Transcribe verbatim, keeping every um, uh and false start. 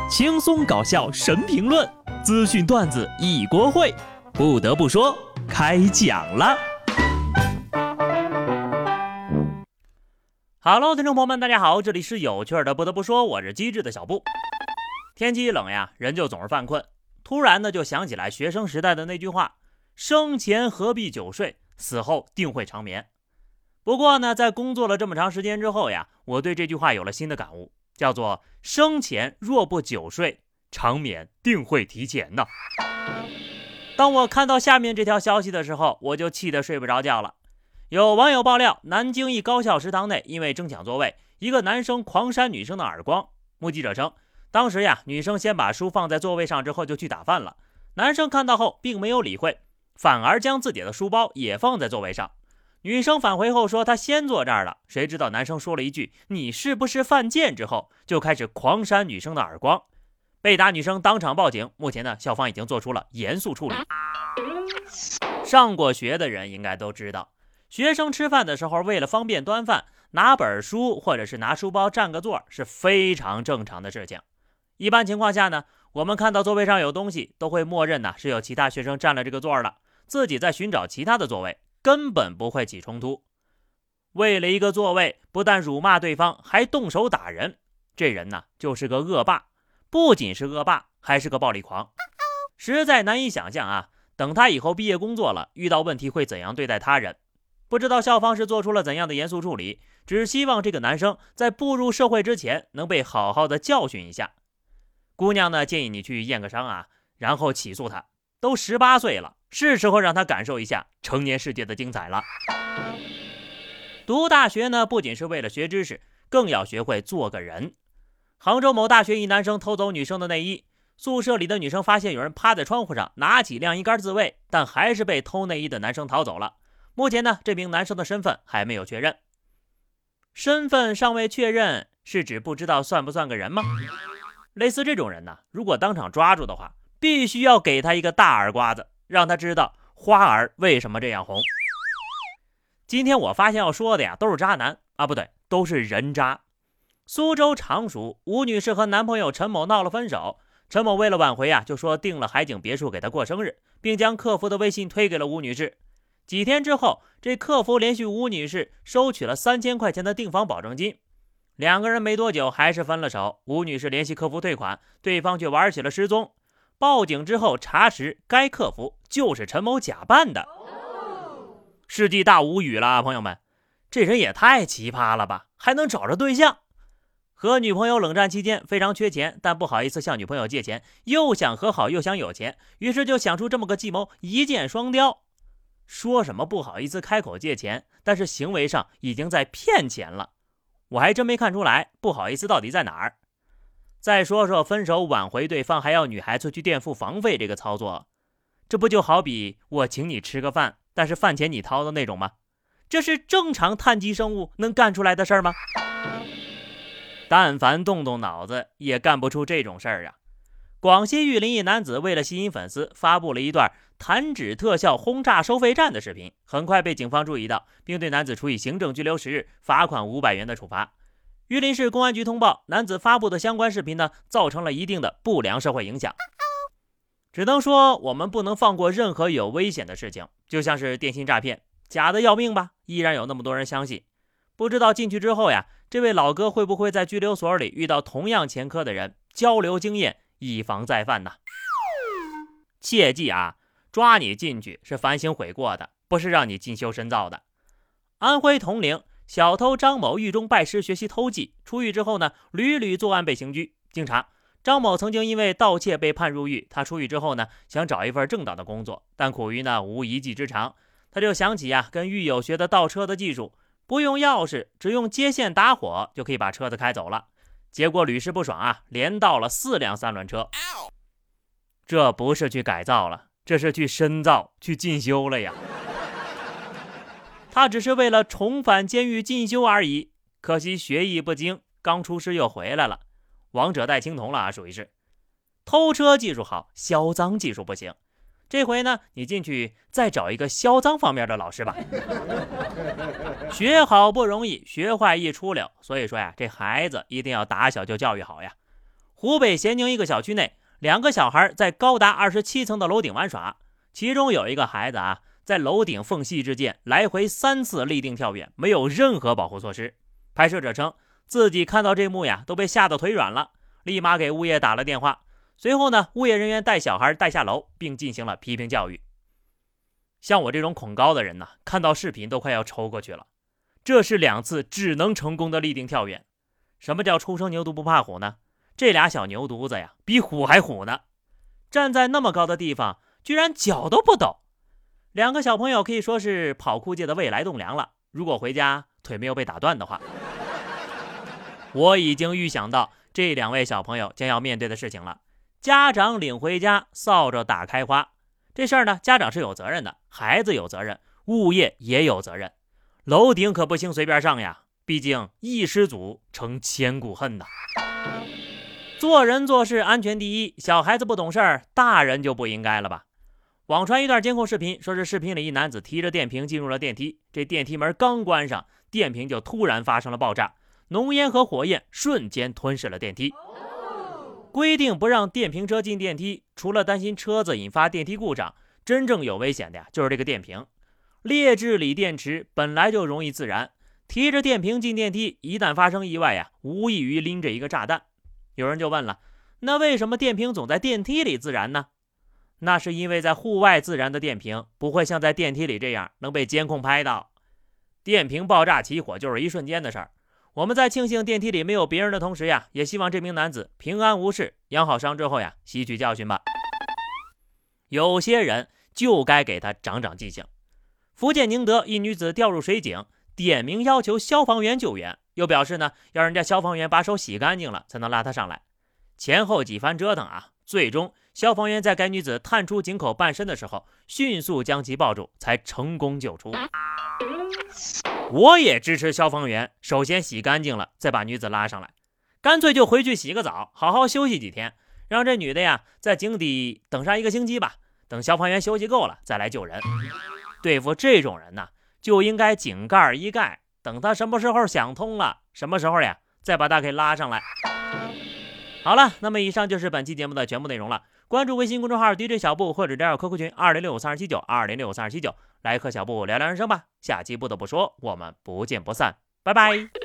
轻松搞笑神评论，资讯段子一锅烩。不得不说，开讲了。Hello， 听众朋友们，大家好，这里是有趣的。不得不说，我是机智的小布。天气一冷呀，人就总是犯困。突然呢，就想起来学生时代的那句话：生前何必久睡，死后定会长眠。不过呢，在工作了这么长时间之后呀，我对这句话有了新的感悟，叫做生前若不久睡，长眠定会提前呢。当我看到下面这条消息的时候，我就气得睡不着觉了。有网友爆料，南京一高校食堂内因为争抢座位，一个男生狂扇女生的耳光。目击者称，当时呀，女生先把书放在座位上之后就去打饭了，男生看到后并没有理会，反而将自己的书包也放在座位上。女生返回后说她先坐这儿了，谁知道男生说了一句你是不是犯贱之后，就开始狂扇女生的耳光。被打女生当场报警，目前呢，校方已经做出了严肃处理。上过学的人应该都知道，学生吃饭的时候为了方便端饭，拿本书或者是拿书包占个座是非常正常的事情。一般情况下呢，我们看到座位上有东西都会默认呢是有其他学生占了这个座了，自己在寻找其他的座位，根本不会起冲突。为了一个座位，不但辱骂对方，还动手打人，这人呢就是个恶霸，不仅是恶霸，还是个暴力狂，实在难以想象啊！等他以后毕业工作了，遇到问题会怎样对待他人？不知道校方是做出了怎样的严肃处理，只希望这个男生在步入社会之前能被好好的教训一下。姑娘呢，建议你去验个伤啊，然后起诉他。都十八岁了，是时候让他感受一下成年世界的精彩了。读大学呢，不仅是为了学知识，更要学会做个人。杭州某大学一男生偷走女生的内衣，宿舍里的女生发现有人趴在窗户上拿起晾衣杆自卫，但还是被偷内衣的男生逃走了。目前呢，这名男生的身份还没有确认。身份尚未确认是指不知道算不算个人吗？类似这种人呢，如果当场抓住的话，必须要给他一个大耳刮子，让他知道花儿为什么这样红。今天我发现要说的呀，都是渣男啊，不对，都是人渣。苏州常熟，吴女士和男朋友陈某闹了分手，陈某为了挽回啊，就说订了海景别墅给她过生日，并将客服的微信推给了吴女士。几天之后，这客服连续吴女士收取了三千块钱的订房保证金。两个人没多久还是分了手，吴女士联系客服退款，对方却玩起了失踪。报警之后查实，该客服就是陈某假扮的。世纪大无语了，朋友们，这人也太奇葩了吧，还能找着对象。和女朋友冷战期间非常缺钱，但不好意思向女朋友借钱，又想和好又想有钱，于是就想出这么个计谋，一箭双雕。说什么不好意思开口借钱，但是行为上已经在骗钱了。我还真没看出来不好意思到底在哪儿。再说说分手挽回对方还要女孩子去垫付房费这个操作，这不就好比我请你吃个饭，但是饭钱你掏的那种吗？这是正常碳基生物能干出来的事儿吗？但凡动动脑子也干不出这种事儿啊！广西玉林一男子为了吸引粉丝，发布了一段弹指特效轰炸收费站的视频，很快被警方注意到，并对男子处以行政拘留十日、罚款五百元的处罚。玉林市公安局通报，男子发布的相关视频呢，造成了一定的不良社会影响。只能说我们不能放过任何有危险的事情，就像是电信诈骗，假的要命吧，依然有那么多人相信。不知道进去之后呀，这位老哥会不会在拘留所里遇到同样前科的人，交流经验，以防再犯呢？切记啊，抓你进去是反省悔过的，不是让你进修深造的。安徽铜陵小偷张某狱中拜师学习偷技，出狱之后呢，屡屡作案被刑拘。经查，张某曾经因为盗窃被判入狱。他出狱之后呢，想找一份正当的工作，但苦于呢无一技之长，他就想起呀、啊、跟狱友学的盗车的技术，不用钥匙，只用接线打火就可以把车子开走了。结果屡试不爽啊，连盗了四辆三轮车。这不是去改造了，这是去深造、去进修了呀。他只是为了重返监狱进修而已，可惜学艺不精，刚出师又回来了，王者带青铜了啊，属于是。偷车技术好，销赃技术不行。这回呢，你进去再找一个销赃方面的老师吧。学好不容易，学坏易出溜，所以说呀，这孩子一定要打小就教育好呀。 湖北咸宁一个小区内，两个小孩在高达二十七层的楼顶玩耍，其中有一个孩子啊，在楼顶缝隙之间来回三次立定跳远，没有任何保护措施。拍摄者称，自己看到这幕呀，都被吓得腿软了，立马给物业打了电话。随后呢，物业人员带小孩带下楼，并进行了批评教育。像我这种恐高的人呢，看到视频都快要抽过去了。这是两次只能成功的立定跳远。什么叫初生牛犊不怕虎呢？这俩小牛犊子呀，比虎还虎呢！站在那么高的地方，居然脚都不抖。两个小朋友可以说是跑酷界的未来栋梁了。如果回家腿没有被打断的话，我已经预想到这两位小朋友将要面对的事情了。家长领回家，扫帚打开花。这事儿呢，家长是有责任的，孩子有责任，物业也有责任。楼顶可不行随便上呀，毕竟一失足成千古恨呐。做人做事安全第一，小孩子不懂事儿，大人就不应该了吧？网传一段监控视频，说是视频里一男子提着电瓶进入了电梯，这电梯门刚关上，电瓶就突然发生了爆炸，浓烟和火焰瞬间吞噬了电梯。规定不让电瓶车进电梯，除了担心车子引发电梯故障，真正有危险的呀，就是这个电瓶。劣质锂电池本来就容易自燃，提着电瓶进电梯，一旦发生意外呀，无异于拎着一个炸弹。有人就问了，那为什么电瓶总在电梯里自燃呢？那是因为在户外自燃的电瓶不会像在电梯里这样能被监控拍到。电瓶爆炸起火就是一瞬间的事儿。我们在庆幸电梯里没有别人的同时呀，也希望这名男子平安无事，养好伤之后呀，吸取教训吧。有些人就该给他长长记性。福建宁德一女子掉入水井，点名要求消防员救援，又表示呢，要人家消防员把手洗干净了才能拉她上来。前后几番折腾啊，最终消防员在该女子探出井口半身的时候，迅速将其抱住，才成功救出。我也支持消防员首先洗干净了，再把女子拉上来，干脆就回去洗个澡，好好休息几天，让这女的呀在井底等上一个星期吧，等消防员休息够了再来救人。对付这种人呢，就应该井盖一盖，等他什么时候想通了，什么时候呀再把他给拉上来。好了，那么以上就是本期节目的全部内容了。关注微信公众号 D J 小布，或者加入 Q Q 群二零六五三二七九二零六五三二七九，来和小布聊聊人生吧。下期不得不说，我们不见不散，拜拜。